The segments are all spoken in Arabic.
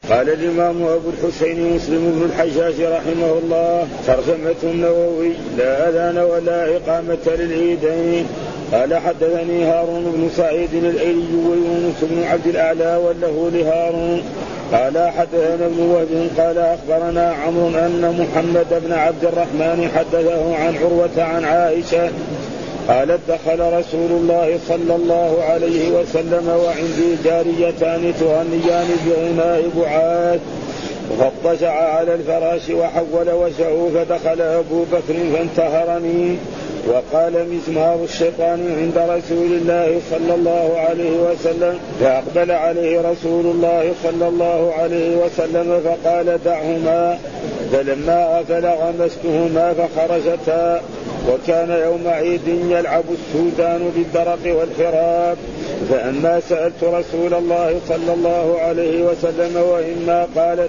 قال الإمام أبو الحسين مسلم بن الحجاج رحمه الله: ترجمة النووي: لا أذان ولا إقامة للعيدين. قال حدثني هارون بن سعيد الأيلي ويونس بن عبد الأعلى وله لهارون قال حدثنا ابن وهب قال أخبرنا عمرو أن محمد بن عبد الرحمن حدثه عن عروة عن عائشة قالت: دخل رسول الله صلى الله عليه وسلم وعندي جاريتان تغنيان بغناء بعاد، فاضطجع على الفراش وحول وجهه، فدخل أبو بكر فانتهرني وقال: مزمار الشيطان عند رسول الله صلى الله عليه وسلم. فأقبل عليه رسول الله صلى الله عليه وسلم فقال: دعهما. فلما أفل غمستهما فخرجتا. وكان يوم عيد يلعب السودان بالدرق والحراب. فأما سألت رسول الله صلى الله عليه وسلم وإما قال: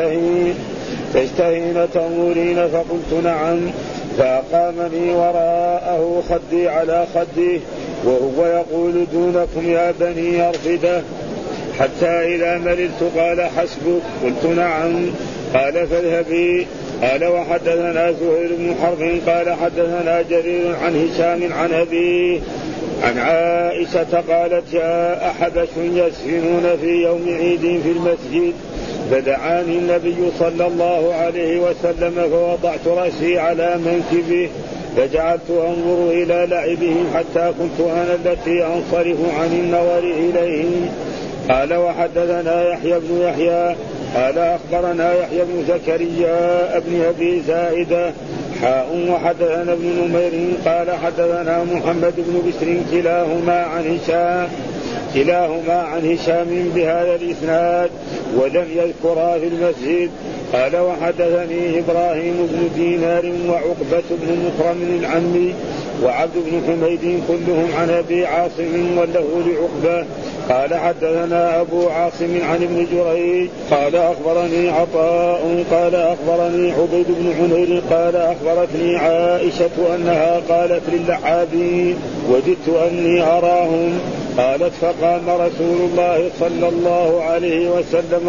تشتهين تأمرين؟ فقلت: نعم. فأقامني وراءه خدي على خده وهو يقول: دونكم يا بني أرفدة. حتى إذا مللت قال: حسبك. قلت: نعم. قال: فاذهبي. قال: وحدثنا زهير بن حرب قال حدثنا جرير عن هشام عن أبيه عن عائشة قالت: جاء حبش يسفنون في يوم عيد في المسجد، فدعاني النبي صلى الله عليه وسلم فوضعت رأسي على منكبه، فجعلت أنظر إلى لعبهم حتى كنت أنا التي أنصرف عن النظر إليهم. قال: وحدثنا يحيى بن يحيى قال أخبرنا يحيى بن زكريا ابن أبي زائدة وحدثنا ابن نمير قال حدثنا محمد بن بشر كلاهما عن هشام بهذا الإسناد ولم يذكرا في المسجد. قال: وحدثني إبراهيم بن دينار وعقبة بن مكرم العمي وعبد بن حميد كلهم عن أبي عاصم وله لعقبة. قال: حدثنا أبو عاصم عن ابن جريج قال أخبرني عطاء قال أخبرني عبيد بن حنير قال أخبرتني عائشة أنها قالت للعابين: وجدت أني أراهم. قالت: فقام رسول الله صلى الله عليه وسلم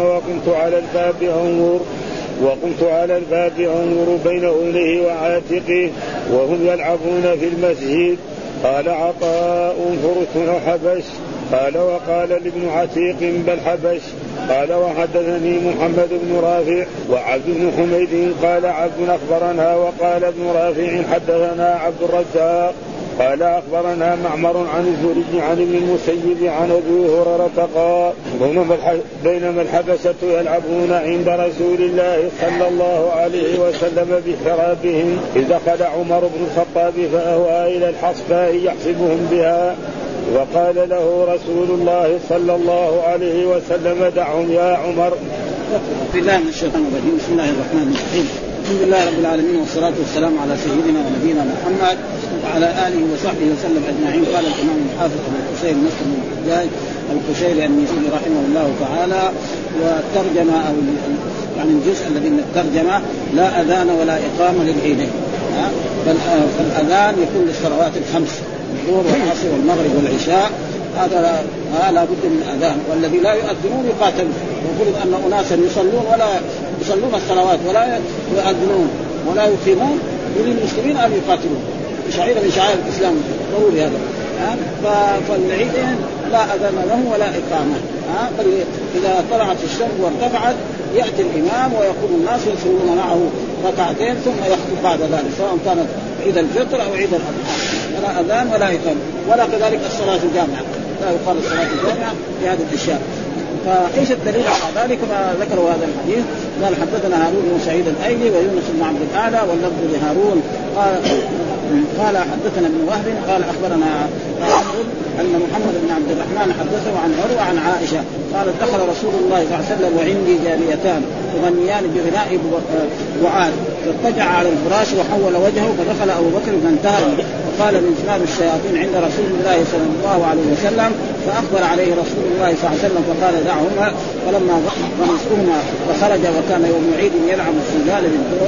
وقمت على الباب أنظر بين أذنيه وعاتقه وهم يلعبون في المسجد. قال عطاء: فرس أو حبش؟ قال: وقال لابن عتيق: بل حبش. قال: وحدثني محمد بن رافع وعبد بن حميد قال عبد أخبرنا وقال ابن رافع حدثنا عبد الرزاق قال أخبرنا معمر عن الزهري عن ابن المسيب عن أبي هريرة قال: بينما الحبشة يلعبون عند رسول الله صلى الله عليه وسلم بحرابهم إذ دخل عمر بن الخطاب فأهوى إلى الحصباء يحسبهم بها، وقال له رسول الله صلى الله عليه وسلم: دعهم يا عمر. بسم الله من الشيطان الرجيم. بسم الله الرحمن الرحيم. الحمد لله رب العالمين والصلاة والسلام على سيدنا ونبينا محمد وعلى آله وصحبه وسلم أجمعين. قال الإمام الحافظ أبو الحسين مسلم بن الحجاج القشيري النيسابوري رحمه الله تعالى، والترجمة أو يعني الجزء الذي من الترجمة: لا أذان ولا إقامة للعيدين. فالأذان يكون للصلوات الخمس: الظهر والعصر والمغرب والعشاء، هذا لا بد من أذان. والذي لا يؤذنون يقاتلون. يقول أن أناسا يصلون الصلوات ولا يؤذنون ولا يقيمون، يريد المسلمين أن يقاتلون. شعيرة من شعائر الإسلام ضروري هذا. فالعيدين لا أذان له ولا إقامة. بل إذا طلعت الشمس وارتفعت يأتي الإمام ويقوم الناس يصلون معه ركعتين ثم يخطب بعد ذلك، سواء كانت عيد الفطر أو عيد الأضحى. لا أذان ولا إقامة، ولا كذلك الصلاة الجامعة، لا يقال الصلاة الجامعة في هذه الأشياء. فإيش الدليل على ذلك؟ ما ذكروا هذا الحديث. قال: حدثنا هارون بن سعيد الأيلي ويونس بن عبد الأعلى واللفظ لهارون قال حدثنا ابن وهب قال أخبرنا عمرو أن محمد بن عبد الرحمن حدثه عن عروة عن عائشة قالت: دخل رسول الله صلى الله عليه وسلم وعندي جاريتان تغنيان بغناء بعاد، فاضطجع على الفراش وحول وجهه، فدخل أبو بكر فانتهر وقال: من زمام الشياطين عند رسول الله صلى الله عليه وسلم. فأقبل عليه رسول الله صلى الله عليه وسلم فقال: دعهما. فلما غمسهما فخرج، وكان يوم عيد يلعب السجال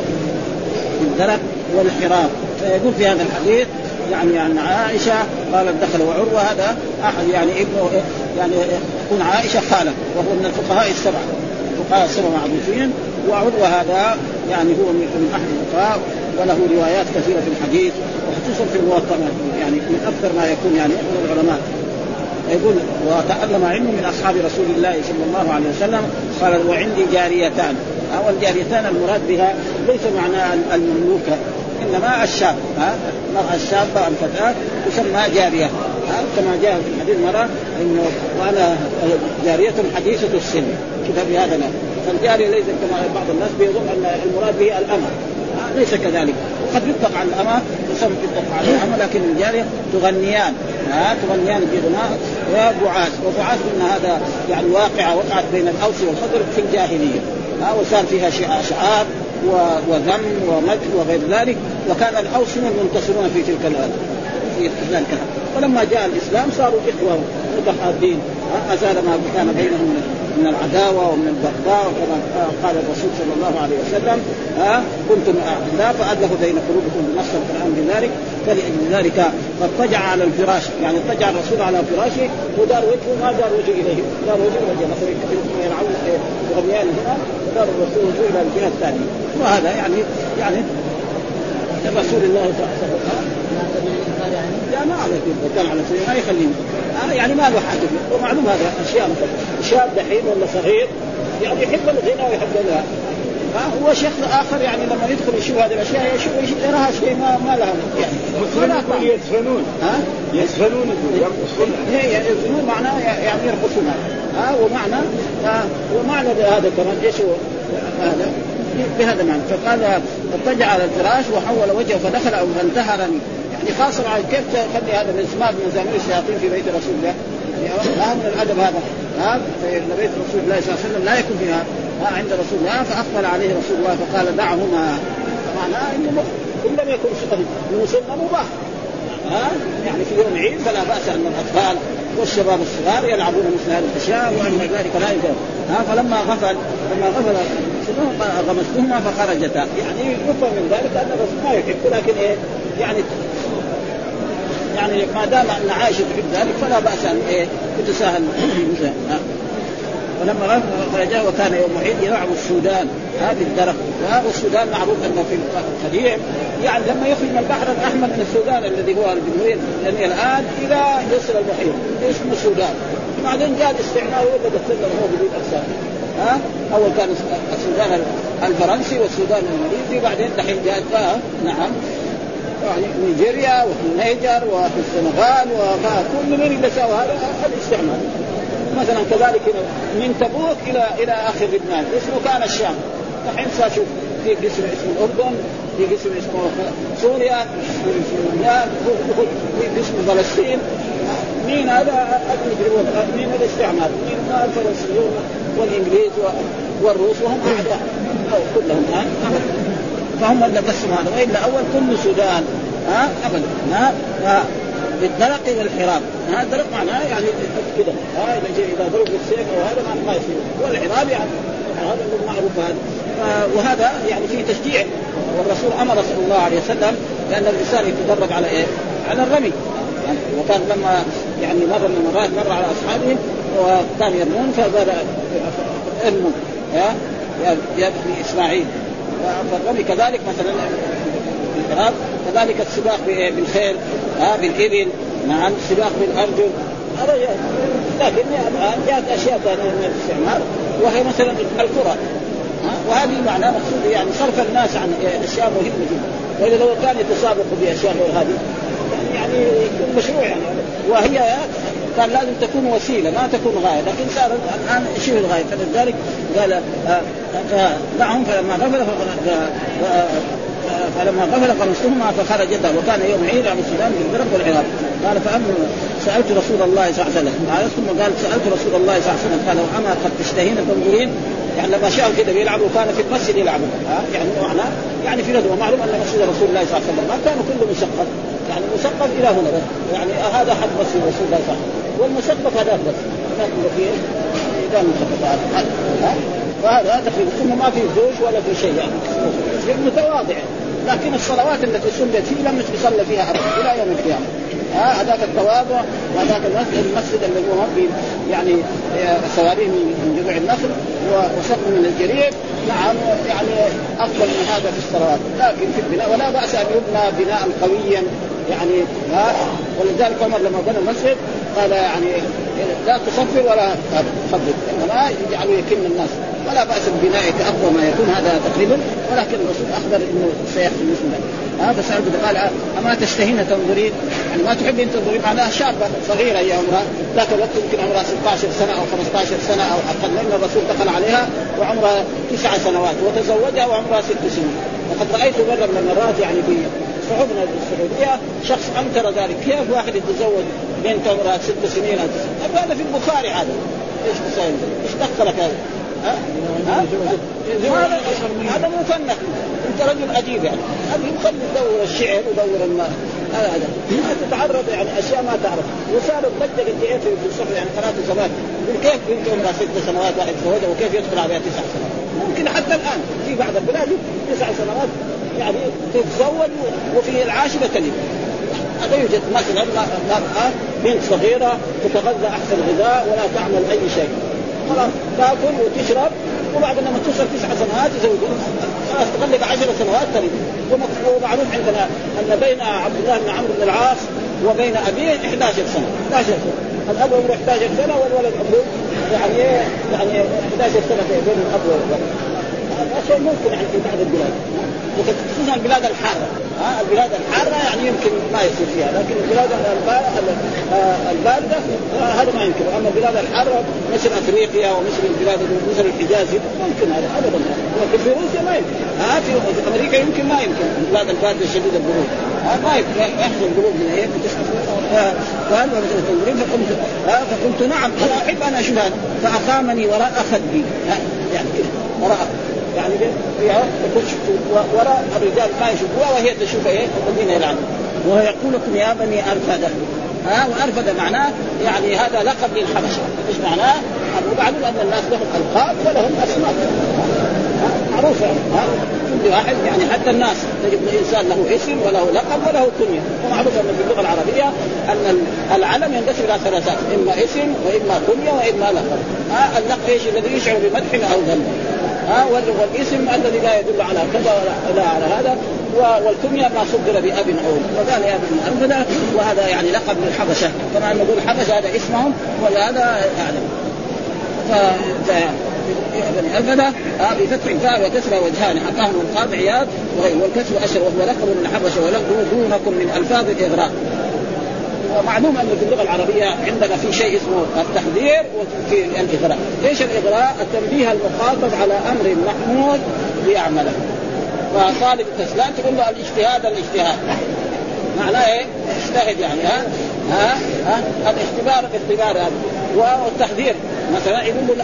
بالدرك والحراب. فيقول في هذا الحديث يعني عن عائشة قالت: دخل وعروة هذا أحد يعني ابنه، يعني يكون عائشة خالة، وهو من الفقهاء السبعة سبع معروفين. وعروة هذا يعني هو من أحد الفقهاء وله روايات كثيرة في الحديث وخصوصا في الموطأ، يعني من أكثر ما يكون يعني من العلماء. يقول وتعلم علمه من أصحاب رسول الله صلى الله عليه وسلم. قال وعندي جاريتان، أو الجاريتان المراد بها ليس معنى المملوكة إنما الشاب، الشابة الفتاة تسمى جارية، كما جاء في الحديث مرة إنه وأنا جارية حديثة السن كتاب هذا. فالجارية ليس كما بعض الناس بيظن أن المراد به الأمة، ليس كذلك. قد يطلق على الأمة يسمى يطلق على الأمة، لكن الجارية تغنيان بغناء وبعاث. وبعاث إن هذا يعني واقعة وقعت بين الأوس والخزرج في الجاهلية، وصار فيها شعار وذم ومدح وغير ذلك. وكان الأوس منتصرون في تلك الكلام. ولما جاء الإسلام صاروا إخوة متحابين، أزال ما كان بينهم من العداوة ومن البغضاء. وكما قال الرسول صلى الله عليه وسلم كنتم أعداء فألف بين قلوبكم بنص القرآن بذلك. فلأجل ذلك فاضطجع على الفراش، يعني اضطجع الرسول على فراشه ودار وجهه ما دار وجهه إليه، دار وجهه مثلا يلعبون غبيان هنا ودار الرسول وجهه إلى الجهة الثانية. وهذا يعني رسول الله صلى الله عليه وسلم لا ما على كان على سبيل ما يخليني يعني ما له حاجة. ومعلوم هذا أشياء شاب دحين ولا صغير يعني يحب الغنى ويحب لها. هو شخص آخر يعني لما يدخل يشوف هذه الأشياء يراها شيء ما لها يعني يسفلون يسفلون معناه يعني يرقصون. ومعنى هذا كمان إيش هو هذا بهذا معنى. فقال اضطجع على الفراش وحول وجهه فدخل أو فانتهرني، يعني خاصة على كيف تخلي هذا من اسماء مزامير الشياطين في بيت رسول الله. يعني من الأدب هذا في بيت رسول الله صلى الله عليه وسلم لا يكون فيها عند رسول الله. فأقبل عليه رسول الله فقال دعهما، معناه إنه إن لم يكن من سنة مباح يعني في يوم عيد فلا بأس أن الأطفال والشباب الصغار يلعبون مثل هذه الأشياء وأن ذلك لا يجوز. فلما غفل غمستهما فخرجتا، يعني يفهم من ذلك أن الرسول ما يحب، لكن يعني ما دام أن عائشة تحب ذلك فلا بأس أن يتساهل في ولما خرجا وكان يوم عيد يلعب السودان هذه الدرق. وهذا السودان معروف أنه في القديم يعني لما يخرج من البحر الأحمر من السودان الذي هو الجمهورية يعني الآن إلى يصل المحيط اسمه السودان. بعدين جاء الاستعمار وبدأ السودان هو بدون أقسام. أول كان السودان الفرنسي والسودان الإنجليزي، بعدين دحين جاء نعم يعني نيجيريا وفي النيجر وفي السنغال وكل من اللي سوى هذا الاستعمار. مثلا كذلك من تبوك إلى آخر لبنان اسمه كان الشام. الحين سأشوف في قسم اسمه الأردن، في قسم اسمه سوريا، في قسم فلسطين. مين هذا المجرمون؟ مين الاستعمار؟ مين الفرنسيون والإنجليز والروس وهم أعداء كلهم فهم اللي قسموا هذا. وإلا أول كل سودان أبدا بالدرق والحراب. هذا الدرق معناه يعني كده إذا ضرب بالسيف أو هذا ما يصير، والحراب يعني هذا المعروف هذا. وهذا يعني فيه تشجيع، والرسول أمر صلى الله عليه وسلم لأن الإنسان يتدرب على على الرمي. وكان لما يعني مر من المرات مر على أصحابه وكان يرمون فبدأ يرمون يا ابن إسماعيل. فالرمي كذلك مثلا الحراب، كذلك السباق بالخيل بالإبل، نعم السباق بالأرجل. لكن جاءت أشياء ثانية من الاستعمار وهي مثلا الكرة، وهذه معنى مقصود يعني صرف الناس عن أشياء مهمة جدا. وإذا لو كان يتسابق بأشياء غير هذه يعني مشروع يعني، وهي كان لازم تكون وسيلة ما تكون غاية، لكن صار الآن شبه الغاية. فلذلك قال دعهم فلما غفل قمصتهما فخرجتا وكان يوم عيد على السودان في الدرق والعراق. قال سألت رسول الله صلى الله عليه وسلم، ثم قال سألت رسول الله صلى الله عليه وسلم قال وأما قد تشتهين تنظرين، يعني لما شاءوا كده بيلعبوا كان في المسجد يلعبوا يعني معناه يعني في ندوة. معلوم أن مسجد رسول الله صلى الله عليه وسلم ما كان كله مسقف، يعني مسقف إلى هنا بس، يعني هذا حد مسجد رسول الله صلى الله عليه وسلم، والمسقف هذا بس هناك فيه إذا مسقف فهذا تقريبا ثم ما في زوج ولا في شيء يعني متواضع. لكن الصلوات التي سلت فيه لم يصلى فيها أبدا إلى يوم القيامة. هذاك التواضع وهذاك المسجد الذي هو يعني سواريه من جذوع النخل وشق من الجريد. نعم يعني أفضل من هذا في الصلوات، لكن في البناء ولا بأس أن يبنى بناء قويا يعني ولذلك عمر لما بنى المسجد قال يعني لا تصفر ولا تخفض، إنما يجعلوا يكن الناس، ولا بأس ببناء أقوى ما يكون هذا تقريبا، ولكن الرسول أخبر إنه سيحصل مثل ذلك. هذا سعد قال أما تشتهين تنظرين، يعني ما تحبين تنظرين معناها شابة صغيرة هي عمرها ذاك الوقت يمكن عمرها 16 سنة أو 15 سنة أو أقل، لأن الرسول دخل عليها وعمرها 9 سنوات وتزوجها وعمرها 6 سنين. وقد رأيت مرة من المرات يعني في صحبنا السعودية شخص أنكر ذلك، كيف واحد يتزوج بنت عمرها 6 سنين أو 9؟ هذا في البخاري هذا إيش تسوي؟ إيش دخلك هذا؟ هذا مفنك، انت رجل اديب يعني، هذا يخلي يدور الشعر ودور الماء، هذا تتعرض يعني اشياء ما تعرف. وصار الضجه اللي في الصحف يعني قناه الزمان كيف بنت عمرها 6 سنوات واحد تزوجها وكيف يدخل عليها 9 سنوات. ممكن حتى الان في بعض البلاد 9 سنوات يعني تتزوج وفي العاشره تلد. هذا يوجد مثلا بنت صغيره تتغذى احسن غذاء ولا تعمل اي شيء، خلاص تاكل وتشرب، وبعد لما توصل 9 سنوات يزوجون، خلاص تقلب 10 سنوات تريد. ومعروف عندنا ان بين عبد الله بن عمرو بن العاص وبين ابيه 11 سنه، 11 سنه، الاب عمره 11 سنه والولد عمره يعني 11 سنه بين الاب والولد. هذا شيء ممكن يعني في بعض البلاد، خصوصا البلاد الحاره. البلاد الحاره يعني يمكن ما يصير فيها، لكن البلاد البارده هذا ما يمكن. اما البلاد الحاره مثل افريقيا ومثل البلاد مثل الحجاز ممكن هذا ابدا، لكن في روسيا ما يمكن، في امريكا يمكن ما يمكن، البلاد البارده شديد البرود ما يحصل البرود من هيك وهذا مثل التنظيم. فقلت نعم انا احب ان اشوف هذا، فاقامني وراء خدي يعني كده وراء يعني وراء الرجال ما يشوفوها وهي تشوف الذين يلعنون، وهو يقول لكم يا بني أرفدة. وأرفدة معناه يعني هذا لقب للحبشة. ايش معناه؟ ومعلوم ان الناس لهم القاب ولهم اسماء معروفه، كل واحد يعني حتى الناس تجد الانسان له اسم وله لقب وله كنيه. ومعروف ان في اللغه العربيه ان العلم ينقسم الى ثلاثات، اما اسم واما كنيه واما لقب. اللقب ايش؟ الذي يشعر بمدح او ذم، والاسم الذي لا يدل على كذا ولا على هذا، والكنيه ما صدر باب او وقال يا ابن أرفدة، وهذا يعني لقب للحبشه. طبعا نقول الحبشه هذا اسمهم وهذا يعني بني أرفدة بفتح الفاء وكسر وجهان حكاهم القاضي عياض والكسر أشر وهو لقب من الحبشه ولقب دونكم من ألفاظ الإغراء. ومعلوم أن في اللغة العربية عندنا في شيء اسمه التحذير وفي الإغراء. إيش الإغراء؟ التنبيه المخاطب على أمر محمود ليعمله. وطالب التسليم تقول له الاجتهاد معناه إيه؟ اجتهد يعني الاختبار هذا. والتحذير مثلا يقول له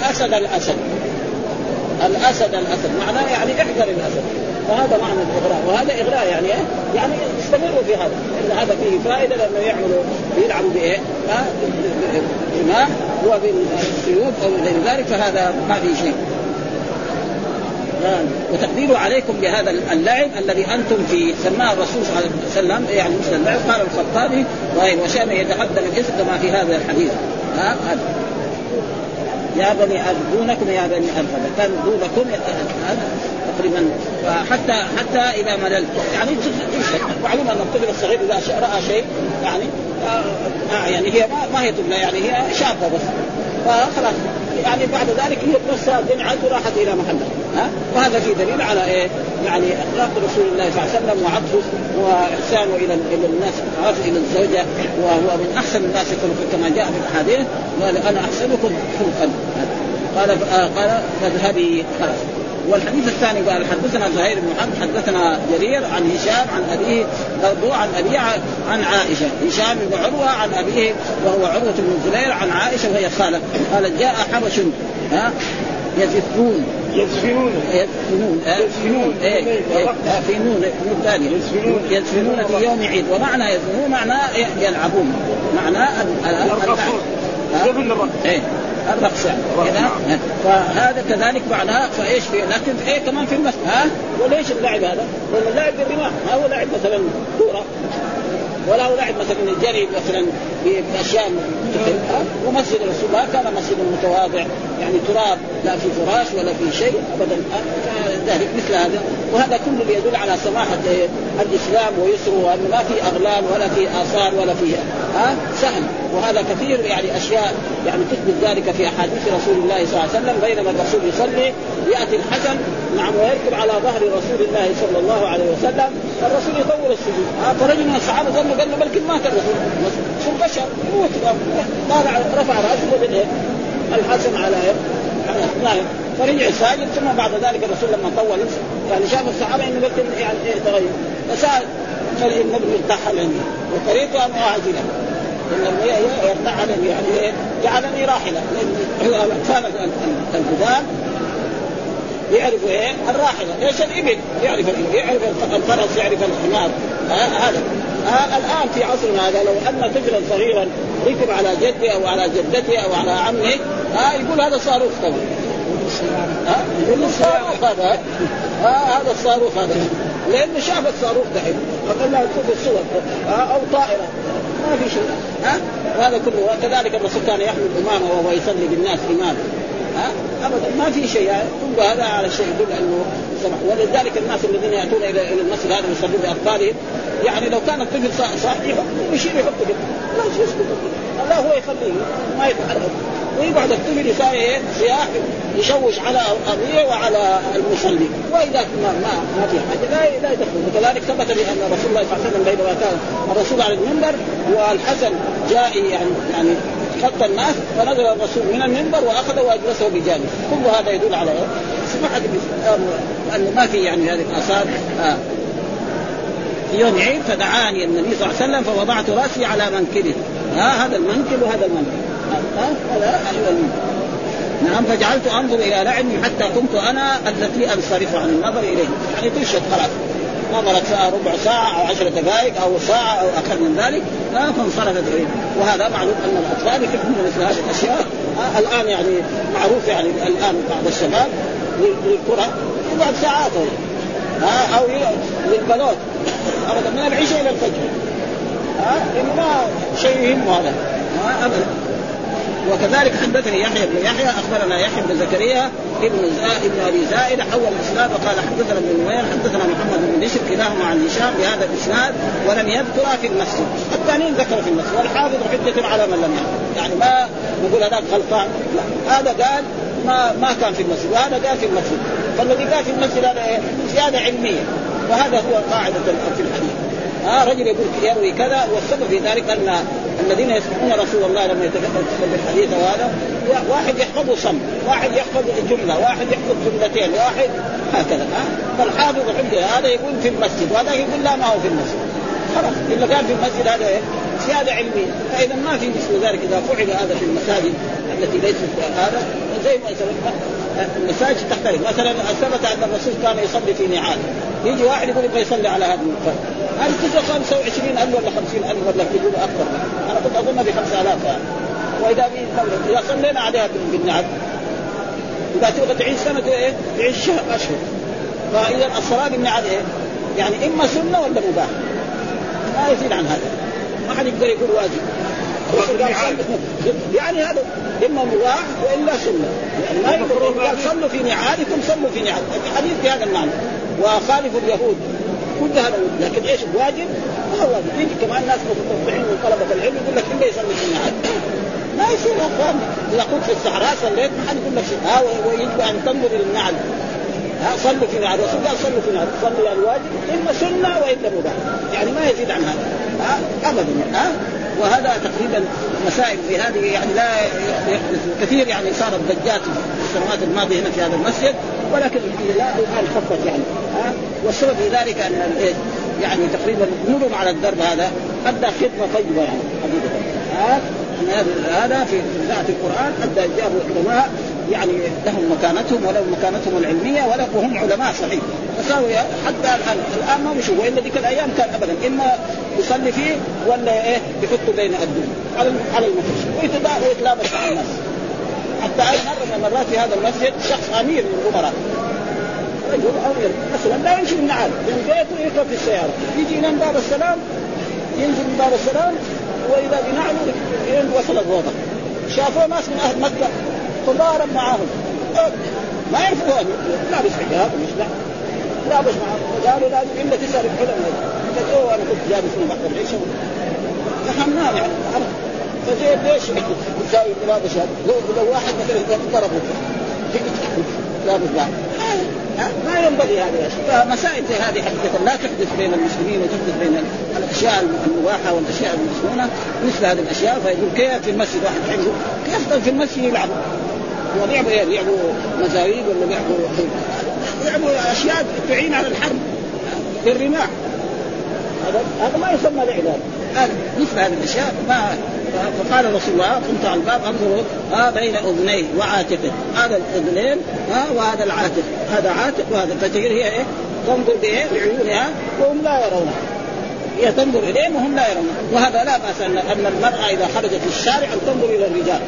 الأسد معناه يعني احذر الأسد، فهذا معنى الإغراء. وهذا إغراء يعني استمروا في هذا، إن هذا فيه فائدة لأنه يلعبوا بإيه؟ بالدماء وبالسيوف أو غير ذلك، فهذا ما فيه شيء. وتقديروا عليكم بهذا اللعب الذي أنتم فيه، سماه الرسول صلى الله عليه وسلم يعني مثل اللعب. قال الخطابي وشأنه يتقدم الاسم كما في هذا الحديث. هذا يا بني دونكم يا بني أرفدة، كان دونكم تقريبا. حتى إذا مللت يعني معلومة أن الطفل الصغير إذا رأى شيء يعني هي ما هي طفلة، يعني هي شابة بس، فخلاص يعني بعد ذلك هي نفسها دمعت وراحت إلى محلها. وهذا في دليل على إيه؟ يعني أخلاق رسول الله صلى الله عليه وسلم وعطفه وإحسانه إلى الناس، عطفه إلى الزوجة، وهو من أحسن الناس خلقا كما جاء في الأحاديث، قال أنا أحسنكم خلقا. قال فاذهبي خلاص. والحديث الثاني قال حدثنا زهير بن حرب حدثنا جرير عن هشام عن أبيه برضو عن أبيه عن عائشة. هشام بن عروة عن أبيه وهو عروة بن الزبير عن عائشة وهي خالة. قال جاء حبش يزفون في يوم عيد. ومعنى يزفون معناه يلعبون، معناه الرقص كذا. فهذا كذلك معناه فايش في، لكن ايه كمان في المسجد. وليش اللعب هذا؟ ولا اللعب بالرماح، ما هو لعب مثلا كوره ولا لعب مثلا الجري مثلا باشياء ومسجد الرسول ما كان مسجد متواضع يعني تراب لا في فراش ولا في شيء ابدا ذلك مثل هذا. وهذا كله يدل على سماحه الاسلام ويسره وانه ما في اغلال ولا في اثار ولا في سهل. وهذا كثير يعني اشياء يعني تثبت ذلك في احاديث رسول الله صلى الله عليه وسلم. بينما الرسول يصلي ياتي الحسن نعم ويركب على ظهر رسول الله صلى الله عليه وسلم الرسول يطول السجود. فرجل من الصحابه ظن قال له بلكن مات الرسول شو بشر يموت رفع راسه وبدأ الحسن على نعم فرجع ساجد. ثم بعد ذلك الرسول لما طول يعني شاف الصحابه انه بلكن يعني تغير فسال فالنبي ارتاح عني وطريقه ان اعجله ان المياه يرتاح عني يعني جعلني راحله لان كان البدان يعرفوا ايه الراحله ايش الابل يعرف الابل يعرف الفرس يعرف الحمار هذا. الان في عصرنا هذا لو ان طفلا صغيرا ركب على جده او على جدته او على عمه يقول هذا صاروخ طبعا يقول الصاروخ هذا هذا الصاروخ هذا لانه شاف الصاروخ دحين فقال له تشوف الصور او طائره ما في شيء وهذا كله. وكذلك الرسول كان يحمل امامه وهو يصلي بالناس امام ابدا ما في شيء كل هذا على شيء يدل انه سمح. ولذلك الناس الذين ياتون الى المسجد هذا ويصلون باطفالهم يعني لو كان الطفل صح يشيل يحطه لا يسكت الله هو يخليه ما يتحرك ويقعد الطفل يساوي سياح يشوش على ابيه وعلى المصلي واذا ما في حاجه لا يدخل. وكذلك ثبت بان رسول الله صلى الله عليه وسلم بينما كان الرسول على المنبر والحسن جاء يعني خط الناس فنزل الرسول من المنبر واخذه واجلسه بجانبه. كل هذا يدل على سماحه الاسلام انه ما في يعني هذه الاثار. في يوم عيد فدعاني النبي صلى الله عليه وسلم فوضعت راسي على منكبه هذا المنكب وهذا المنكب هذا نعم فجعلت انظر الى لعبي حتى كنت انا التي انصرف عن النظر اليه يعني تشهد خلاص نظرت ساعة ربع ساعة أو 10 دقائق أو ساعة أو أقل من ذلك فانصرفت إليه. وهذا معروف أن الأطفال يحبون مثل هذه الأشياء. الآن يعني معروف يعني الآن بعض الشباب للكرة بعد ساعات أو للبلوت أبدا من العشاء إلى الفجر إنه ما شيء يهم هذا أبدا. وكذلك حدثني يحيى بن يحيى أخبرنا يحيى بن زكريا ابن أبي زائدة حول الإسناد وقال حدثنا ابن نمير حدثنا محمد بن بشر كلاهما عن هشام بهذا الإسناد ولم يذكر في المسجد. الثانيين ذكر في المسجد والحافظ حجة على من لم يعلم يعني ما نقول هذا غلطان لا هذا قال ما كان في المسجد وهذا قال في المسجد. فالذي قال في المسجد هذا زيادة علمية وهذا هو قاعدة في الحديث. رجل يقول يروي كذا والسبب في ذلك أن الذين يسمعون رسول الله لما يتكلم بالحديث وهذا واحد يحفظ صم واحد يحفظ جملة واحد يحفظ جملتين واحد هكذا فالحافظ حجة هذا يقول في المسجد وهذا يقول لا ما هو في المسجد خلاص إلا كان في المسجد هذا زيادة علمية. فإذا ما في مثل ذلك إذا فعل هذا في المساجد التي ليست هذا زي ما المساجد تختلف. مثلا ثبت أن الرسول كان يصلي في نعال يجي واحد يقول يبغى يصلي على هذا المنفرد هل تجي 25,000 ولا 50,000 ولا يقول أكثر أنا كنت أظن ب5,000 وإذا إذا صلينا عليها بالنعال إذا تبغى تعيش سنة إيه تعيش أشهر. فإذا الصلاة بالنعال إيه يعني إما سنة ولا مباح ما يزيد عن هذا ما حد يقدر يقول واجب يعني هذا إما مباح وإلا سنة يعني ما يقول صلوا في نعالكم صلوا في نعال الحديث بهذا المعنى وخالفوا اليهود كل هذا لكن إيش واجب ما هو واجب. يجي كمان ناس متطبعين من طلبة العلم يقول لك إلا يصلي في نعال ما يصير أقوام إذا كنت في الصحراء صليت ما حد يقول لك شيء ويجب أن تنظر للنعل صلوا في نعال رسول الله صلوا في نعال صلوا الواجب إما سنة وإلا مباح يعني ما يزيد عن هذا أبدا وهذا تقريبا مسائل في هذه يعني لا يحدث كثير يعني صارت ضجات في السنوات الماضية هنا في هذا المسجد ولكن لا الآن خفت يعني والسبب في ذلك أن يعني تقريبا نورهم على الدرب هذا أدى خدمة طيبة يعني هذا في قراءة القرآن أدى جاب العلماء يعني لهم مكانتهم ولهم مكانتهم العلمية وهم علماء صحيح فساوي حتى الآن ما بيشوفوا إلا ذيك الأيام كان أبدا إما يصلي فيه ولا إيه يحطوا بين أيديهم على المفرش ويتلابس مع الناس. حتى أي مرة من المرات في هذا المسجد شخص أمير من الأمراء رجل أمير مثلا لا يمشي بالنعال من بيته يركب في السيارة يجي ينام باب السلام ينزل من باب السلام وإذا بنعمه وصل الروضة. شافوا ناس من أهل مكة تضارب معهم ما يعرفوا لابس حجاب مش لابس معهم، قالوا لازم إلا تسأل العلماء قالوا أنا كنت جالس من بعض العيشة فهمناه يعني فجيب ليش يساوي لابس لو واحد مثلا ضربه لابس بعض ما ينبغي هذه الأشياء. فمسائل زي هذه حقيقة لا تحدث بين المسلمين وتحدث بين الأشياء المباحة والأشياء المسنونة مثل هذه الأشياء. فيقول كيف في المسجد واحد عنده كيف في المسجد يلعبوا ويلعبوا يلعبوا مزاريد ولا يلعبوا أشياء تعين على الحرب بالرماح، هذا ما يسمى الإعلام. مثل هذه الأشياء ما. فقال رسول الله قمت على الباب انظروا بين اذنيه وعاتقه، هذا الاذنين وهذا العاتق، هذا عاتق وهذا. فتجد هي ايه تنظر بايه بعيونها وهم لا يرونها، هي تنظر اليهم وهم لا يرونها. وهذا لا باس ان المراه اذا خرجت في الشارع ان تنظر الى الرجال.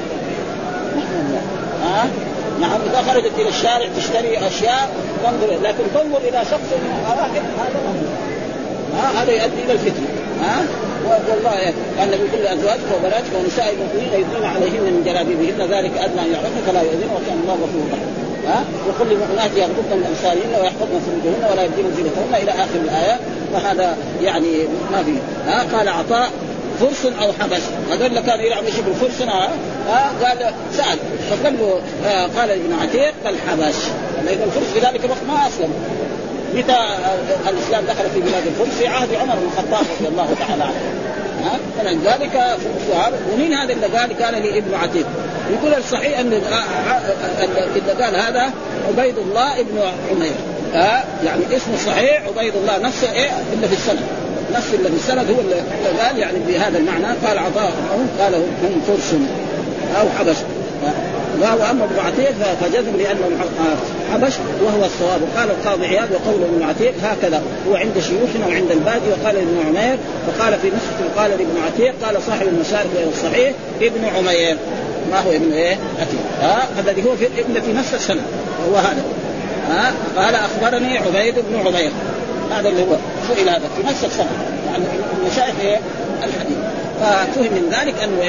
نعم اذا خرجت الى الشارع تشتري اشياء تنظر، لكن تنظر الى شخص واحد هذا هذا يؤدي الى الفتنه. والله أن بكل أزواجك وبناتك ونساء المؤمنين يدلون عليهن من جلابيبهن ذلك أدنى أن يعرفن فلا يؤذن وكان الله غفورا رحيما. وكل المؤمنات يغضضن من أبصارهن ويحفظن فروجهن ولا يبدين زينتهن إلى آخر الآيات. فهذا يعني ما فيه. قال عطاء فرس أو حبس، هذول اللي كانوا يلعبوا يشبه فرس. قال سأل فقال له قال ابن عتيق الحبش، لأن الفرس في ذلك الوقت ما أسلم. متى الإسلام دخل في بلاد الفرس؟ في عهد عمر بن الخطاب رضي الله تعالى عنه. فلذلك ومن هذا اللي قال كان لي ابن عتيق. يقول الصحيح أن اللي قال هذا عبيد الله ابن عمير. يعني اسمه صحيح عبيد الله نفسه إلا في السند، نفس اللي في السند هو اللي قال يعني بهذا المعنى. قال عطاء قال هم فرس أو حبش. وأما ابن عتيق فجزم لأنه حبش وهو الصواب. قال القاضي عياض وقول ابن عتيق هكذا هو عند شيوخنا وعند البادي. وقال ابن عمير فقال في نسخة قال ابن عتيق قال صاحب المشارك الصحيح ابن عمير ما هو ابن عتيق الذي هو في نفس السنة هو هذا. قال أخبرني عبيد بن عمير، هذا اللي هو سئل هذا في نفس السنة يعني المشايخ الحديث. ففهم من ذلك أنه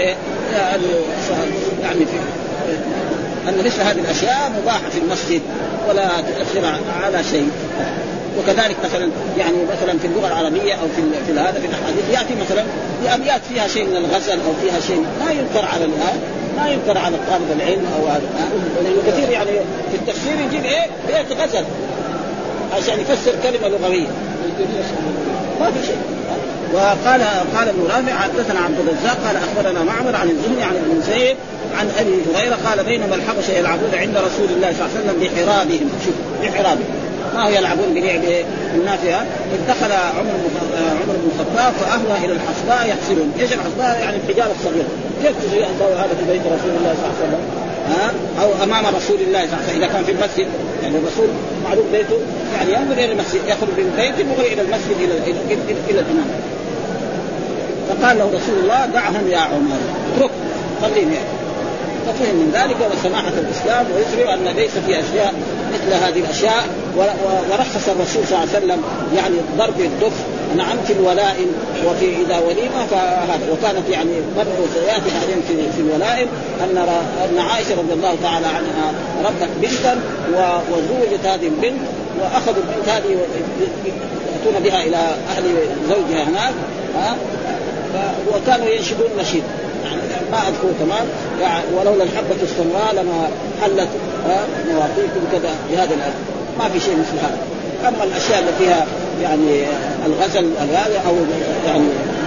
يعني أن مثل هذه الأشياء مباحة في المسجد ولا تؤثر على شيء. وكذلك مثلا يعني مثلا في اللغة العربية أو في هذا في الأحاديث يأتي مثلا بأبيات فيها شيء من الغزل أو فيها شيء ما ينكر على ما ينكر على طالب العلم أو هذا. كثير يعني في التفسير يجيب بيت غزل عشان يفسر كلمة لغوية ما في شيء. وقال ابن رافع حدثنا عبد الرزاق قال اخبرنا معمر عن الزهري عن ابن زيد عن ابي هريره قال بينما الحبشه يلعبون عند رسول الله صلى الله عليه وسلم بحرابهم، شوف بحرابهم ما هو يلعبون بلعب النافئه، اذ دخل عمر بن الخطاب فاهوى الى الحصباء يحصلون. ايش الحصباء؟ يعني الحجاره الصغيره. كيف تجي انت هذا في بيت رسول الله صلى الله عليه وسلم او امام رسول الله صلى الله عليه وسلم؟ اذا كان في المسجد يعني الرسول معروف بيته يعني ينظر الى المسجد، يخرج من بيته يمضي الى المسجد الى الامام. فقال له رسول الله دعهم يا عمر اترك خليهم يعني. ففهم من ذلك وسماحة الإسلام ويسرع أن ليس في أشياء مثل هذه الأشياء. ورخص الرسول صلى الله عليه وسلم يعني ضرب الدف نعم في الولائم وفي إذا وليمة فهذا. وكانت يعني مرة سيأتي بعدين في الولائم أن عائشة رضي الله تعالى عنها ربت بنتا وزوجت هذه البنت وأخذوا البنت هذه يأتون بها إلى أهل زوجها هناك وكانوا ينشدون نشيد يعني ما أذكر تمام يعني ولولا الحبة السمراء لما حلت مواقيكم كذا بهذا الأمر. ما في شيء مثل هذا. أما الأشياء اللي فيها يعني الغزل هذا أو يعني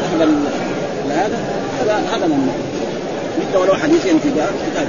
هذا ممنوع مثل ولو حديثين في كتاب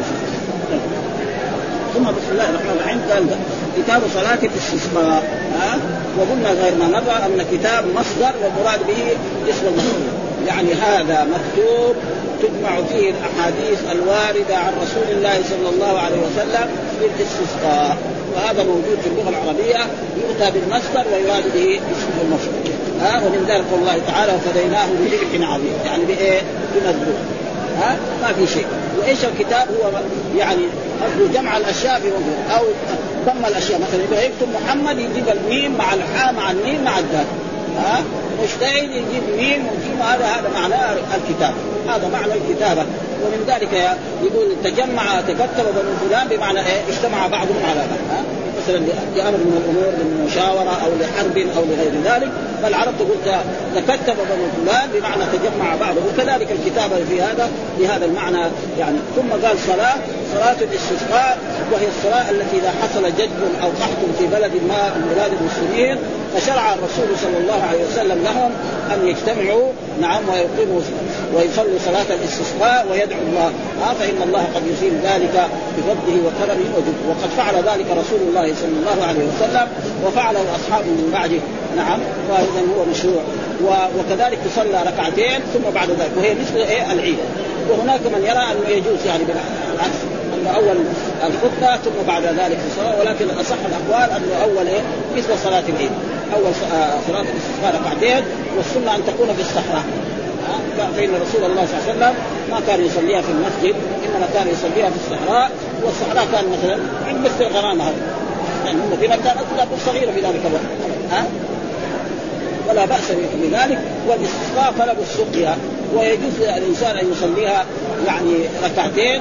ثم بسم الله الرحمن الرحيم قال كتاب صلاة الاستسقاء. وقلنا غير ما مضى أن كتاب مصدر والمراد به اسم المصدر يعني هذا مكتوب تجمع فيه الأحاديث الواردة عن رسول الله صلى الله عليه وسلم بالاستسقاء. وهذا موجود في اللغة العربية يؤتى بالمصدر ويراد به اسم المصدر. ومن ذلك قول الله تعالى وفديناه بذبح عظيم يعني بمذبوح ما في شيء. وإيش الكتاب هو يعني جمع الأشياء في موضوع أو ضم الأشياء. مثلا إذا يكتب محمد يجيب الميم مع الحاء مع الميم مع الدال مجتهد يجيب ميم وجيم، هذا معنى الكتاب، هذا معنى الكتابة. ومن ذلك يقول تجمع تكتب بنو فلان بمعنى اجتمع بعضهم على بعض، مثلا لأمر من الأمور للمشاورة أو لحرب أو لغير ذلك، فالعرب تقول تكتب بنو فلان بمعنى تجمع بعضهم. وكذلك الكتابة في هذا المعنى يعني. ثم قال صلاة الاستسقاء، وهي الصلاة التي إذا حصل جدب أو قحط في بلد ما من بلاد المسلمين فشرع الرسول صلى الله عليه وسلم لهم أن يجتمعوا ويقيموا ويصلوا صلاة الاستسقاء ويدعو الله، فإن الله قد يزيل ذلك بفضله وكرمه وجوده. وقد فعل ذلك رسول الله صلى الله عليه وسلم وفعله أصحابه من بعده، فإذا هو مشروع. وكذلك تصلى ركعتين ثم بعد ذلك، وهي مثل العيد. وهناك من يرى أنه يجوز يعني بالعكس، أنه أول الخطبة ثم بعد ذلك الصلاة، ولكن أصح الأقوال أنه أول مثل صلاة العيد، أول صلاة الاستسقاء ركعتين، والسنة أن تكون في الصحراء، فإن رسول الله صلى الله عليه وسلم ما كان يصليها في المسجد، إنما كان يصليها في الصحراء. والصحراء كان مثلا عند مثل الغرامة هذا، يعني المدينة كانت صغيرة في ذلك الوقت، ولا بأس بذلك. والاستسقاء طلب السقيا، ويجوز الإنسان أن يصليها يعني ركعتين،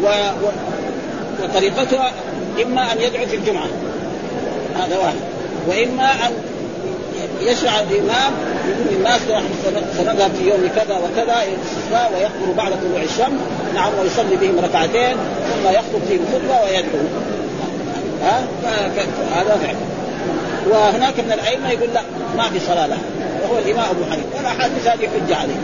وطريقتها إما أن يدعو في الجمعة، هذا واحد، وإما أن يشرع الإمام يقول الناس سنذهب في يوم كذا وكذا الاستسقاء ويخبر بعد طلوع الشمس، ويصلي بهم ركعتين ثم يخطب فيهم خطبة ويدعو، هذا فعل. وهناك من الأئمة يقول لا ما في صلاة له، وهو الإمام أبو حنيفة، والأحاديث هذه حجة عليه.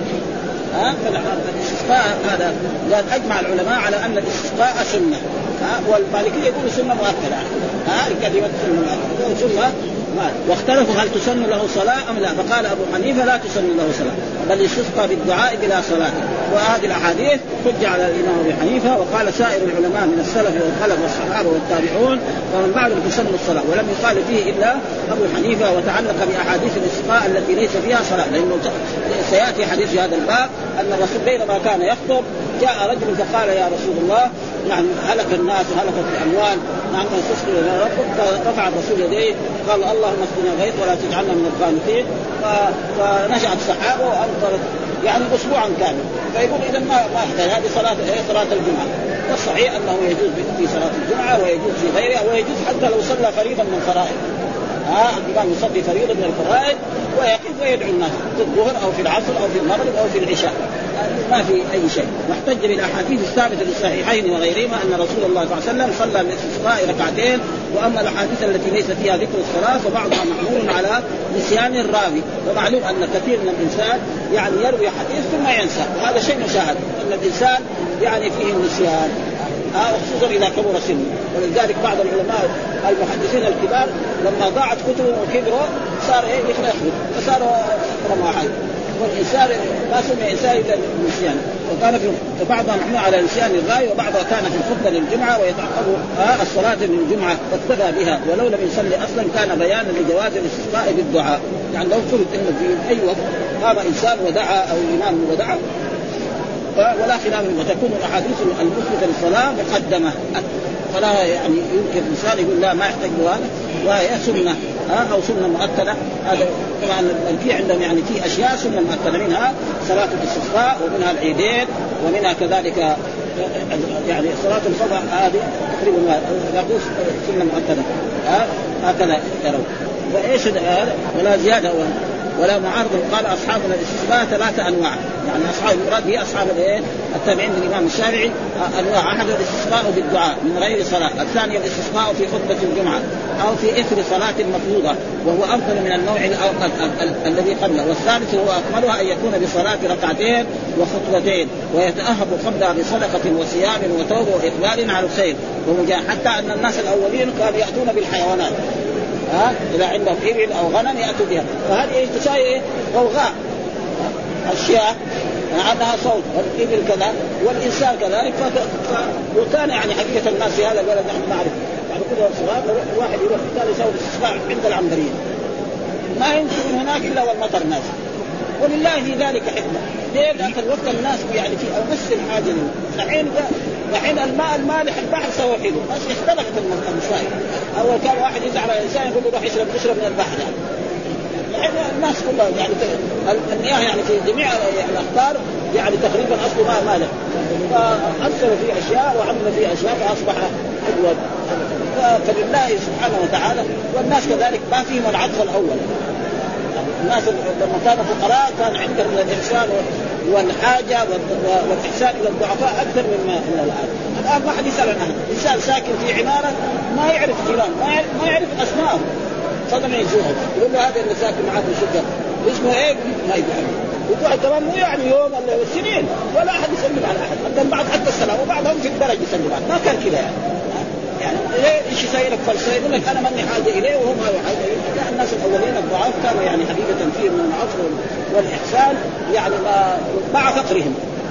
فالاستسقاء هذا قال أجمع العلماء على أن الاستسقاء سنة، والمالكية يقولوا سنة مؤكدة، كلمة سنة مؤكدة سنة. واختلفوا هل تسن له صلاة أم لا، فقال أبو حنيفة لا تسن له صلاة، بل يستسقى بالدعاء بلا صلاة. وهذه الأحاديث حجة على الإمام أبو حنيفة. وقال سائر العلماء من السلف والخلف والصحابة والتابعون ومن بعدهم تسن الصلاة، ولم يقال فيه إلا أبو حنيفة. وتعلق بأحاديث الاستسقاء التي ليس فيها صلاة، لأنه سيأتي حديث في هذا الباب أن الرسول بينما كان يخطب جاء رجل فقال يا رسول الله يعني هلك الناس وهلكت الأموال، تسقي لنا ربك. فرفع الرسول يديه قال اللهم اسقنا الغيث ولا تجعلنا من القانطين، فنشأت سحابة وأمطرت يعني أسبوعا كامل. فيقول إذا ما يحتاج، هذه صلاة الجمعة. والصحيح أنه يجوز في صلاة الجمعة ويجوز في غيرها، ويجوز حتى لو صلى فريضا من الفرائض، الإمام يصلي فريضة من الفرائض ويقف ويدعو الناس في الظهر أو في العصر أو في المغرب أو في العشاء، ما في أي شيء. واحتج بالأحاديث الثابتة للصحيحين وغيرهما أن رسول الله صلى الله عليه وسلم صلى الاستسقاء ركعتين. وأما الأحاديث التي ليس فيها ذكر الصلاة فبعضها محمول على نسيان الراوي. ومعلوم أن كثير من الإنسان يعني يروي حديث ثم ينسى، وهذا شيء مشاهد أن الإنسان يعني فيه النسيان، وخصوصا إذا كبر سنه. ولذلك بعض العلماء المحدثين الكبار لما ضاعت كتبهم وكبروا صار يخرج فصار رمى حي. والإنسان ما سمع إنسان إلا النسيان، وكان في بعضها محمول على نسيان الراي، وبعضها كان في الخطبة للجمعة ويتعقب الصلاة للجمعة واقتدى بها، ولو لم يصلي أصلا كان بيانا لجواز الاستسقاء بالدعاء. يعني لو فرض إنه في أي وقت قام إنسان ودعا أو الإمام ودعا ولا خلاف، وتكون الأحاديث المثبتة للصلاة مقدمة، فلا يعني يمكن الإنسان يقول لا ما يحتاج له، وهي سنة أو سنة مؤكدة. هذا طبعا في عندهم يعني في أشياء سنة مؤكدة، منها صلاة الاستسقاء ومنها العيدين ومنها كذلك يعني صلاة الفضاء هذه تقريبا يقول سنة مؤكدة، هكذا يرون. وإيش هذا ولا زيادة ولا معارض. قال أصحابنا الاستسقاء 3 أنواع، يعني أصحاب المراد هي أصحاب التابعين للإمام الشافعي أنواع. أحد الاستسقاء بالدعاء من غير صلاة، الثاني الاستسقاء في خطبة الجمعة أو في إثر صلاة مفروضة وهو أفضل من النوع الذي قبله، والثالث هو أكملها أن يكون بصلاة ركعتين وخطبتين ويتأهب قبلها بصدقة وصيام وتوبة وإقبال على الخير ومجاهد. حتى أن الناس الأولين كانوا يأتون بالحيوانات، إذا عندهم إبل أو غنم يأتوا بها، فهذه تساوي غوغاء. الشياه عندها صوت والإبل كذا والإنسان كذلك. وكان يعني حقيقة الناس في هذا البلد نحن نعرف يعني كل صغار واحد يروح كان يسوي الاستسقاء عند العنبرية، ما يمشي من هناك إلا والمطر ناس، ولله في ذلك حكمة. ليه ذاك الوقت الناس يعني في أمس الحاجة الحين الماء المالح البحر سوى حلو، بس اختلفت المسائل. أول كان واحد يزعل على الإنسان يقول له روح تشرب من البحر، يعني الناس كلها يعني المياه يعني في جميع الأخطار يعني تقريبا أصله ما له، فأثر في أشياء وعمل في أشياء فأصبح أجود. فلله سبحانه وتعالى. والناس كذلك ما فيهم العطف الأول. الناس لما كانوا فقراء كان عندهم الإحسان والحاجة والإحسان إلى الضعفاء أكثر مما الآن ما حد يسأل عن أحد. إنسان ساكن في عمارة ما يعرف جيران ما يعرف أسماءهم، صدم يجوهم يقول له هذا اللي ساكن معك بشدة اسمه إيه ما يعرف، وقعد كمان مو يعني يوم ولا سنين ولا أحد يسلم على أحد، بعد حتى السلام وبعدهم في الدرج يسلم على ما كان كذا يعني ليه ايش يسيرك فلسفه يقول لك انا ماني حاجه اليه وهم ما حاجه اليه. الناس الاولين الضعاف كانوا يعني حقيقه فيهم من العفو والاحسان يعني مع فقرهم.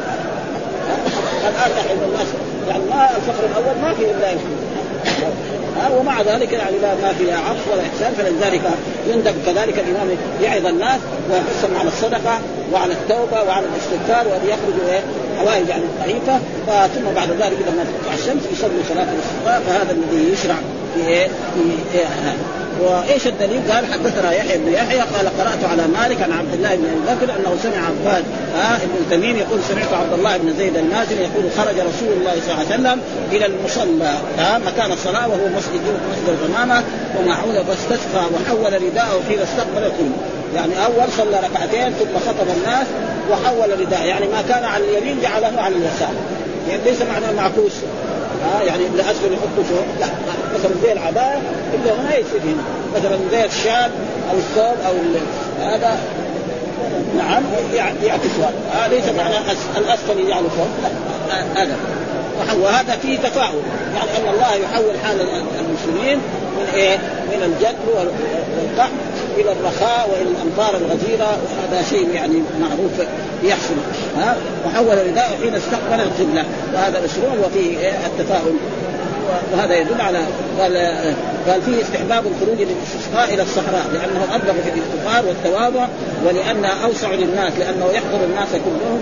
الان نحن الناس يعني ما الفقر الاول ما في الا ومع ذلك يعني ما في عفو ولا احسان. فلذلك يندب كذلك الامام يعظ الناس ويحثهم على الصدقه وعلى التوبه وعلى الاستغفار وان يخرجوا حوائج يعني ضعيفه. ثم بعد ذلك لما تطلع الشمس يصلوا صلاه الاستسقاء. فهذا الذي يشرع في وايش الدليل؟ قال حدثنا يحيى بن يحيى قال قرات على مالك عن عبد الله بن بكر انه سمع عباد ابن تميم يقول سمعت عبد الله بن زيد المازني يقول خرج رسول الله صلى الله عليه وسلم الى المصلى مكان الصلاه وهو مسجد الغمامه ومعونه فاستسقى وحول رداءه حين استقبل القبله. يعني اول صلى ركعتين ثم خطب الناس وحول رداءه، يعني ما كان على اليمين جعله على اليسار، يعني ليس معناه معكوس يعني لأسفل يحطوا فوق، لا مثلا زي العباية إلا هنا يصير هنا، مثلا زي الشال أو الثوب أو هذا نعم يعكس هذا ليس معناه الأسفل يجعله فوق، لا هذا. وهذا فيه تفاؤل يعني أن الله يحول حال المسلمين من من الجدب والقحط إلى الرخاء وإلى الأمطار الغزيرة، وهذا شيء يعني معروف يحصل. وحول رداءه حين استقبل القبلة، وهذا مشروع وفيه التفاؤل. وهذا يدل على قال فيه استحباب الخروج للاستسقاء إلى الصحراء لأنه أبلغ في الافتقار والتواضع ولأنه أوسع للناس لأنه يحضر الناس كلهم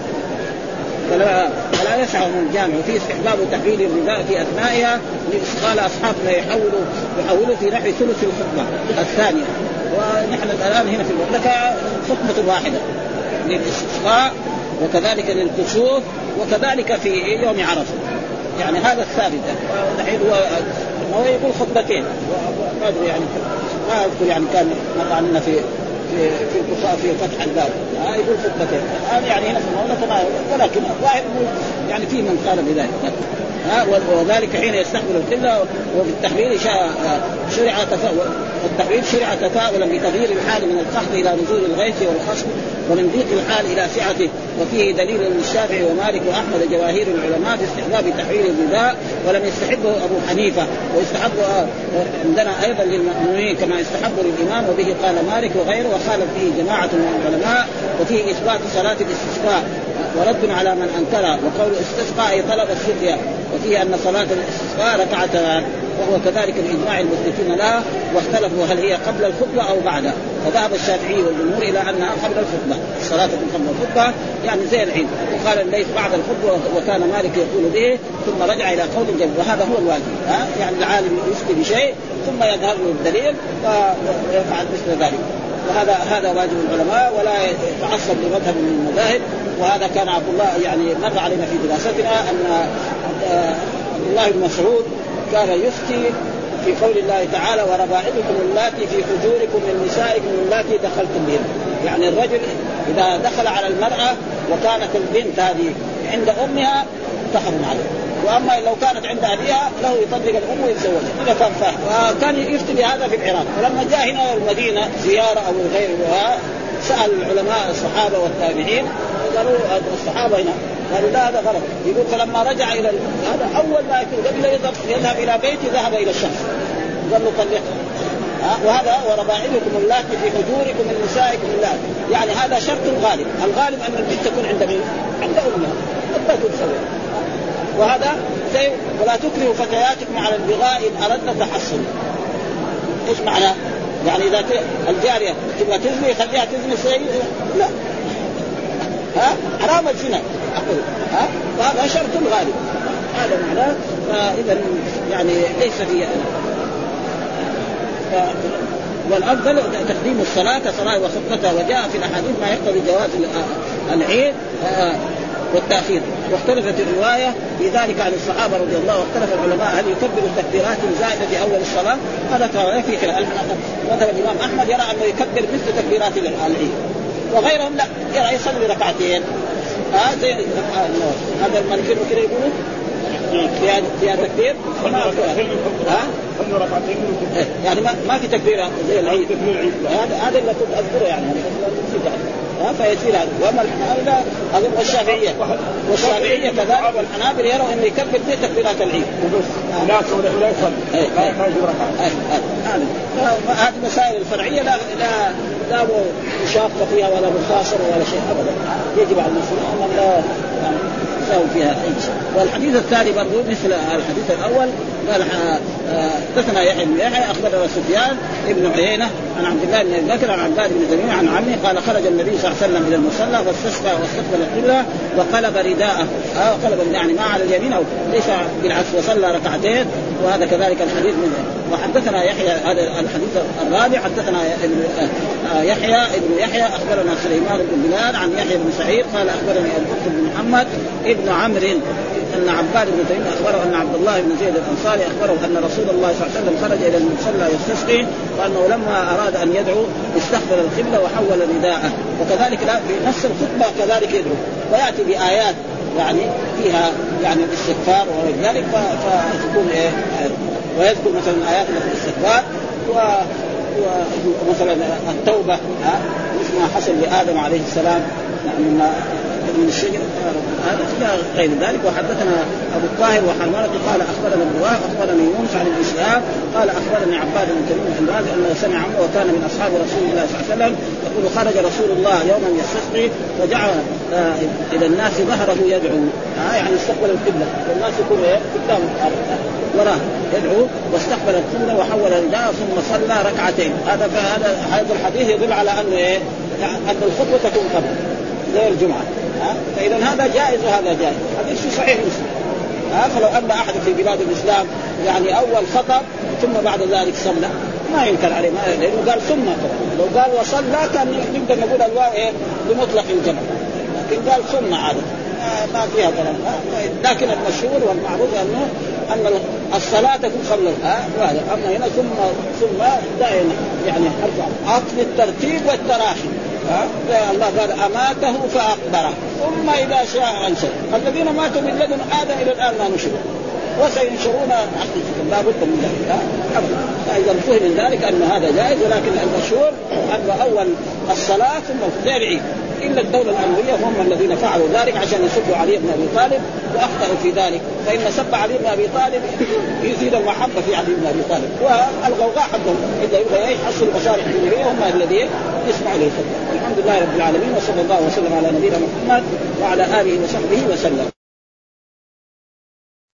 فلا يسعى من الجامع. وفي استحباب تحويل الرداء في أثنائها لإسقال أصحابنا يحولوا في نحو ثلث الخطبة الثانية. ونحن الآن هنا في المملكة خطبة واحدة للاستسقاء وكذلك للكسوف وكذلك في يوم عرفة، يعني هذا الثابت. نحن هو يقول خطبتين ما أدري يعني ما أذكر يعني كان مر عندنا في فتح الباب يقول خطبتين الآن يعني هنا في المملكة ولكن يعني في من قال بذلك. وذلك حين يستقبل القبلة. وفي التحويل شرع تفاؤلا بتغيير الحال من القحط إلى نزول الغيث والخصم ومن ضيق الحال إلى سعته. وفيه دليل للشافعي ومالك وأحمد جواهير العلماء في استحباب تحويل الرداء ولم يستحبه أبو حنيفة ويستحب عندنا أيضا للمأمومين كما يستحب للإمام وبه قال مالك وغيره وخالف فيه جماعة من العلماء. وفيه إثبات صلاة الاستسقاء ورد على من أنكر وقول استسقاء أي طلب السقيا. وفيه أن صلاة الاستسقاء ركعتان وهو كذلك الإجماع المثبتين لها واختلفوا هل هي قبل الخطبة أو بعدها. فذهب الشافعي والجمهور إلى أنها قبل الخطبة، الصلاة قبل الخطبة يعني زي العيد. وقال الليث بعد الخطبة وكان مالك يقول به ثم رجع إلى قول الجمهور وهذا هو الواجب. يعني العالم يفتي بشيء ثم يظهر له الدليل ويفعل مثل ذلك. وهذا واجب العلماء ولا يتعصب لمذهب من المذاهب. وهذا كان عبد الله يعني مر علينا في دراستنا أن عبد الله بن مسعود كان يفتي في قول الله تعالى وربائبكم اللاتي في حجوركم من نسائكم اللاتي دخلتم بهن. يعني الرجل إذا دخل على المرأة وكانت البنت هذه عند أمها تحرم عليه، وأما لو كانت عند أبيها له يطلق الأم ويتزوجها إذا كان فاهم. وكان يفتي بهذا في العراق. ولما جاء هنا المدينة زيارة أو غيرها سأل العلماء الصحابة والتابعين قالوا الصحابة هنا قالوا لا هذا غلط. يقول فلما رجع إلى هذا أول ما يكون قبل يذهب إلى بيته ذهب إلى الشمس قال له طلقها. وهذا وربائبكم اللاتي في حجوركم من نسائكم اللاتي، يعني هذا شرط غالب. الغالب أن البنت تكون عند مين؟ عند أمها لا تتزوج. وهذا زي ولا تكرهوا فتياتكم على البغاء إن أردنا تحصنا. إيش معناه؟ يعني إذا الجارية تبغى تزني خليها تزني سيء لا حرام الزنا أقول وهذا شرط غالب. هذا معناه فإذا يعني ليس في والافضل تقديم الصلاه كصلاه وخطتها. وجاء في الاحاديث ما يقتضي جواز العيد والتأخير. واختلفت الرواية في ذلك عن الصحابة رضي الله عنهم. واختلف العلماء هل يكبر التكبيرات الزائدة في أول الصلاة؟ هذا في خلاف. مثلا الإمام أحمد يرى أنه يكبر مثل تكبيرات العيد، وغيرهم لا، يرى يصلي ركعتين. هذا المالكين كده يقولوا فيها تكبير يعني ما في تكبير زي العيد. هذا اللي كنت أذكره يعني فيصير هذا. وأما الحنابلة أظن والشافعية كذلك والحنابلة يروا أنه يكبر في تكبيرات العيد لا يصلي هذه مسائل الفرعية لا مشاقة فيها ولا مخاصرة ولا شيء أبدا. يجب على المسلمين أن لا يساوي فيها أي شيء. والحديث الثاني برضو مثل الحديث الأول قال حدثنا يحيى بن يحيى أخبرنا سفيان ابن عيينة عن عبد الله بن بكر عن عباد بن تميم عن عمه قال خرج النبي صلى الله عليه وسلم إلى المصلى فاستسقى واستقبل القبلة وقلب رداءه قلب يعني ما على اليمين أو ليس بالعكس وصلى ركعتين. وهذا كذلك الحديث منه. وحدثنا يحيى هذا الحديث الرابع حدثنا يحيى أخبرنا سليمان بن بلال عن يحيى بن سعيد قال أخبرني البكر بن محمد ابن عمرو أن عباد بن تميم أخبره أن عبد الله بن زيد الأنصاري أخبره أن رسول الله صلى الله عليه وسلم خرج إلى المصلى يستسقي وأنه لما أراد أن يدعو استقبل القبلة وحول رداءه. وكذلك في نفس الخطبة كذلك يدعو ويأتي بآيات يعني فيها يعني الاستغفار وذلك فتكون ويذكر مثلا آيات الاستغفار ومثلا التوبة مثل ما حصل لآدم عليه السلام يعني من الشجر هذا غير ذلك. وحدثنا أبو الطاهر وحرمانة قال أخبرنا ابن وهب أخبرني يونس عن ابن شهاب قال أخبرني عباد بن تميم عن هذا أنه سمع عمه وكان من أصحاب رسول الله صلى الله عليه وسلم يقول خرج رسول الله يوما يستسقي فجعل إلى الناس ظهره يدعو يعني استقبل القبلة والناس يكون قدام وراه يدعو واستقبل القبلة وحول رداءه ثم صلى ركعتين. هذا الحديث يدل على أنه أن الخطبة تكون قبل زي الجمعة فإذا هذا جائز وهذا جائز. هذا شيء صحيح مسلم. فلو أن أحد في بلاد الإسلام يعني أول خطب ثم بعد ذلك صلى ما ينكر عليه لأنه قال ثم لو قال وصلى كان نقدر نقول الواو بمطلق الجمع لكن قال ثم عادة ما فيها كلام. لكن المشهور والمعروف أن الصلاة تكون قبل وهذا. أما هنا ثم دائما يعني حرف عطف الترتيب والتراخي. الله قال أماته فأقبره ثم إذا شاء أنشر. الذين ماتوا من لدن آدم إلى الآن ما نشروا وسينشرون لا بد من ذلك. فإذا فهم من ذلك أن هذا جائز. ولكن المشهور أن أول الصلاة ثم لا العيد إلا الدولة الأموية هم الذين فعلوا ذلك عشان يسبوا علي بن أبي طالب وأخطأوا في ذلك. فإن سب علي بن أبي طالب يزيد المحبة في علي بن أبي طالب والغوغاء حقهم إذا يبغى يحصل مصالح دنيوية هم الذين يسمعوا له. الحمد لله رب العالمين وصلى الله وسلم على نبينا محمد وعلى آله وصحبه وسلم.